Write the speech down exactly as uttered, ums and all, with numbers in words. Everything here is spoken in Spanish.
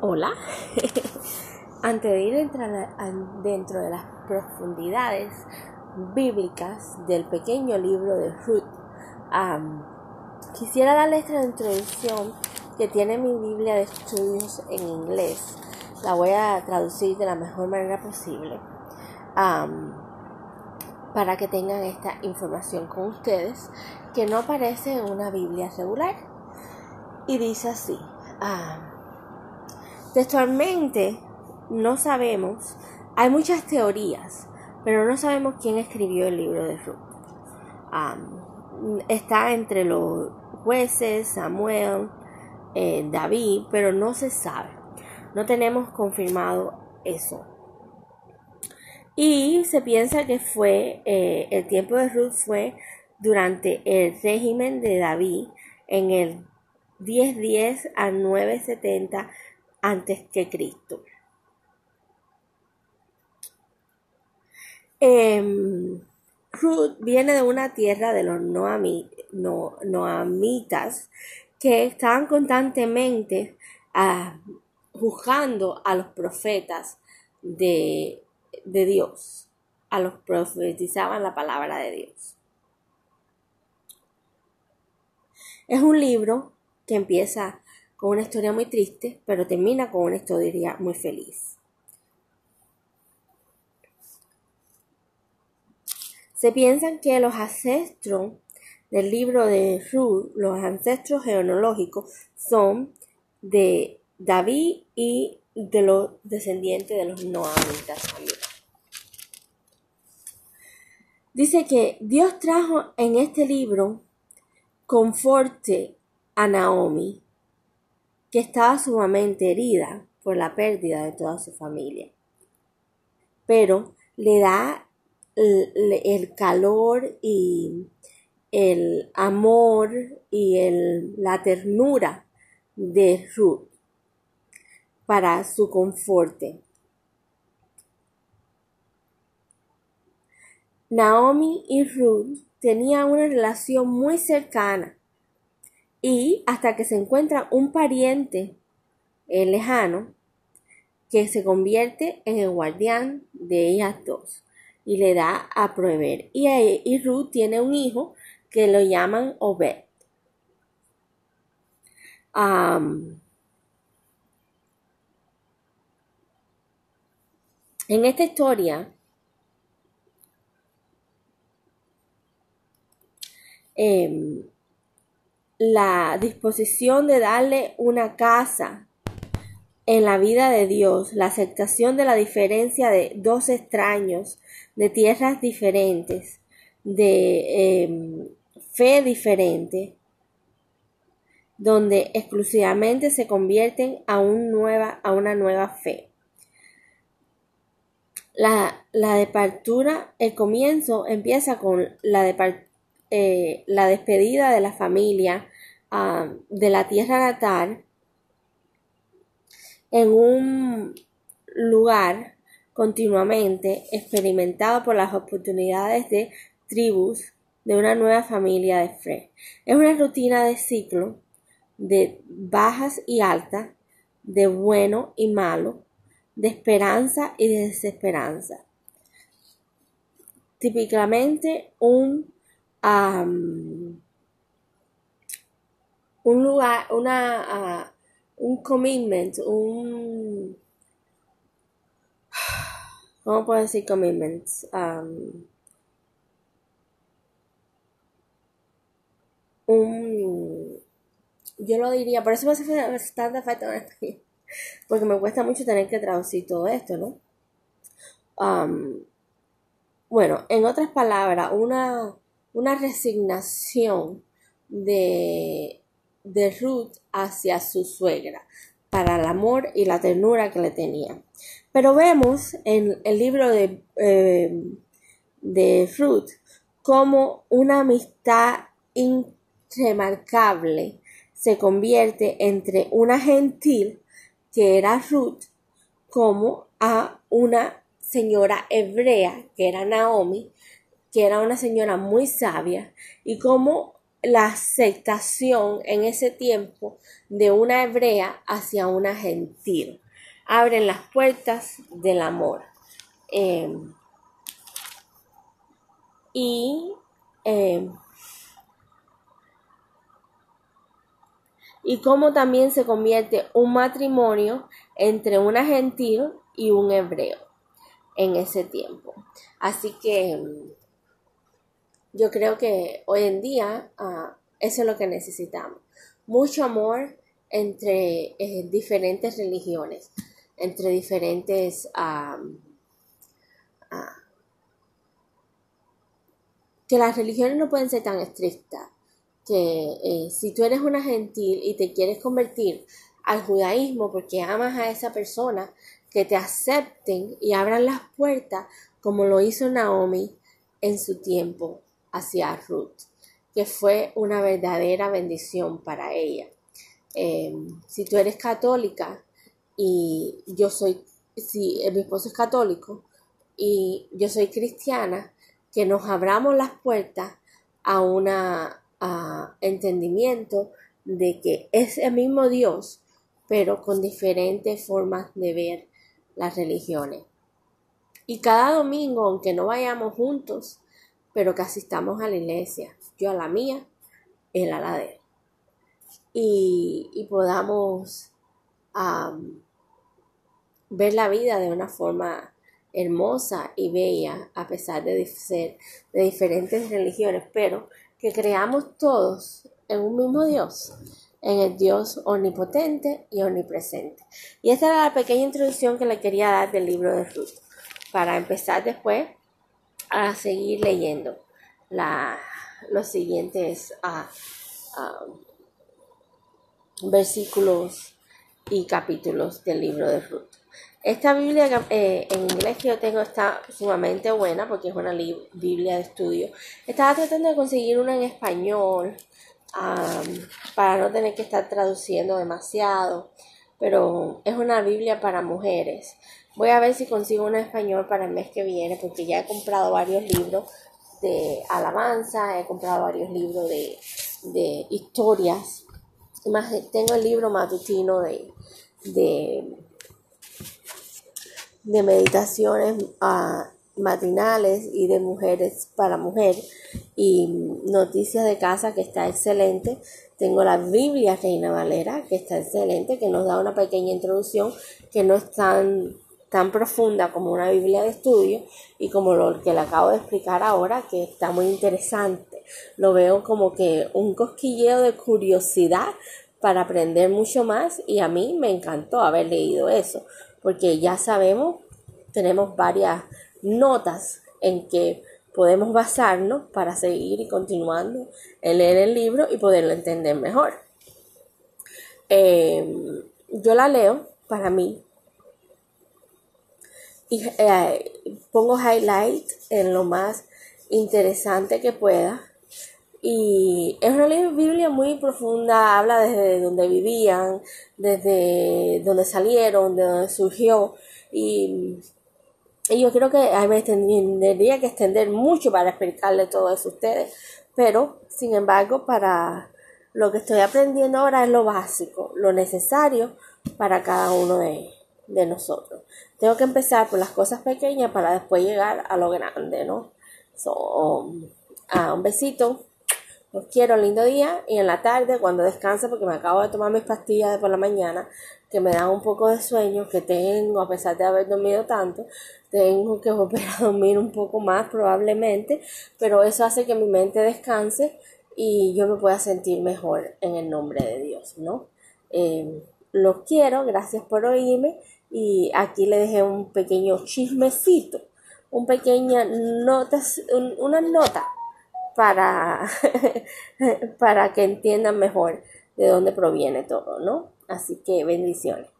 Hola. Antes de ir a entrar a- dentro de las profundidades bíblicas del pequeño libro de Ruth, um, quisiera darles esta introducción que tiene mi Biblia de estudios en inglés. La voy a traducir de la mejor manera posible um, para que tengan esta información con ustedes, que no aparece en una Biblia regular. Y dice así: um, textualmente no sabemos, hay muchas teorías, pero no sabemos quién escribió el libro de Ruth. Um, está entre los jueces, Samuel, eh, David, pero no se sabe. No tenemos confirmado eso. Y se piensa que fue, eh, el tiempo de Ruth fue durante el régimen de David en el diez diez a nueve setenta antes que Cristo. Eh, Ruth viene de una tierra de los noami, no, noamitas que estaban constantemente uh, juzgando a los profetas de, de Dios, a los profetizaban la palabra de Dios. Es un libro que empieza con una historia muy triste, pero termina con una historia muy feliz. Se piensa que los ancestros del libro de Ruth, los ancestros genealógicos, son de David y de los descendientes de los noamitas también. Dice que Dios trajo en este libro conforte a Naomi, que estaba sumamente herida por la pérdida de toda su familia, pero le da el, el calor y el amor y el, la ternura de Ruth para su conforte. Naomi y Ruth tenían una relación muy cercana, y hasta que se encuentra un pariente eh, lejano que se convierte en el guardián de ellas dos y le da a proveer. Y, y Ruth tiene un hijo que lo llaman Obed. Um, en esta historia, eh, la disposición de darle una casa en la vida de Dios, la aceptación de la diferencia de dos extraños, de tierras diferentes, de eh, fe diferente, donde exclusivamente se convierten a, un nueva, a una nueva fe. La, la departura, el comienzo empieza con la, depart, eh, la despedida de la familia uh, de la tierra natal en un lugar continuamente experimentado por las oportunidades de tribus de una nueva familia de fe. Es una rutina de ciclo de bajas y altas, de bueno y malo, de esperanza y de desesperanza. Típicamente un, um, un lugar, una, uh, un commitment, un, ¿cómo puedo decir commitments? Um, un, yo lo diría, por eso me hace bastante falta en español, porque me cuesta mucho tener que traducir todo esto, ¿no? Um, bueno, en otras palabras, una, una resignación de, de Ruth hacia su suegra para el amor y la ternura que le tenía. Pero vemos en el libro de, eh, de Ruth como una amistad irremarcable se convierte entre una gentil, que era Ruth, como a una señora hebrea, que era Naomi, que era una señora muy sabia, y como la aceptación en ese tiempo de una hebrea hacia una gentil. Abren las puertas del amor. Eh, y eh, y cómo también se convierte un matrimonio entre una gentil y un hebreo en ese tiempo. Así que yo creo que hoy en día uh, eso es lo que necesitamos. Mucho amor entre eh, diferentes religiones, entre diferentes... Uh, uh, que las religiones no pueden ser tan estrictas. Que eh, si tú eres una gentil y te quieres convertir al judaísmo porque amas a esa persona, que te acepten y abran las puertas como lo hizo Naomi en su tiempo hacia Ruth, que fue una verdadera bendición para ella. Eh, si tú eres católica y yo soy, si mi esposo es católico y yo soy cristiana, que nos abramos las puertas a una Uh, entendimiento de que es el mismo Dios, pero con diferentes formas de ver las religiones. Y cada domingo, aunque no vayamos juntos, pero que asistamos a la iglesia, yo a la mía, él a la de él. Y, y podamos um, ver la vida de una forma hermosa y bella, a pesar de ser de diferentes religiones, pero que creamos todos en un mismo Dios, en el Dios omnipotente y omnipresente. Y esta era la pequeña introducción que le quería dar del libro de Ruth, para empezar después a seguir leyendo la, los siguientes uh, uh, versículos y capítulos del libro de Ruth. Esta Biblia eh, en inglés que yo tengo está sumamente buena porque es una li- Biblia de estudio. Estaba tratando de conseguir una en español um, para no tener que estar traduciendo demasiado, pero es una Biblia para mujeres. Voy a ver si consigo una en español para el mes que viene porque ya he comprado varios libros de alabanza, he comprado varios libros de, de historias. Más, tengo el libro matutino de... de de meditaciones uh, matinales y de mujeres para mujer y noticias de casa que está excelente. Tengo la Biblia Reina Valera que está excelente, que nos da una pequeña introducción que no es tan, tan profunda como una Biblia de estudio y como lo que le acabo de explicar ahora, que está muy interesante. Lo veo como que un cosquilleo de curiosidad para aprender mucho más y a mí me encantó haber leído eso. Porque ya sabemos, tenemos varias notas en que podemos basarnos para seguir y continuando en leer el libro y poderlo entender mejor. Eh, yo la leo para mí y eh, pongo highlight en lo más interesante que pueda. Y es una Biblia muy profunda, habla desde donde vivían, desde donde salieron, de donde surgió. Y, y yo creo que ay, me tendría que extender mucho para explicarle todo eso a ustedes. Pero, sin embargo, para lo que estoy aprendiendo ahora es lo básico, lo necesario para cada uno de, de nosotros. Tengo que empezar por las cosas pequeñas para después llegar a lo grande, ¿no? So, um, ah, un besito. Los quiero, lindo día. Y en la tarde, cuando descanse, porque me acabo de tomar mis pastillas de por la mañana, que me dan un poco de sueño, que tengo, a pesar de haber dormido tanto, tengo que volver a dormir un poco más probablemente, pero eso hace que mi mente descanse y yo me pueda sentir mejor en el nombre de Dios, ¿no? Eh, los quiero, gracias por oírme y aquí le dejé un pequeño chismecito, un pequeña nota, un, una nota para, para que entiendan mejor de dónde proviene todo, ¿no? Así que bendiciones.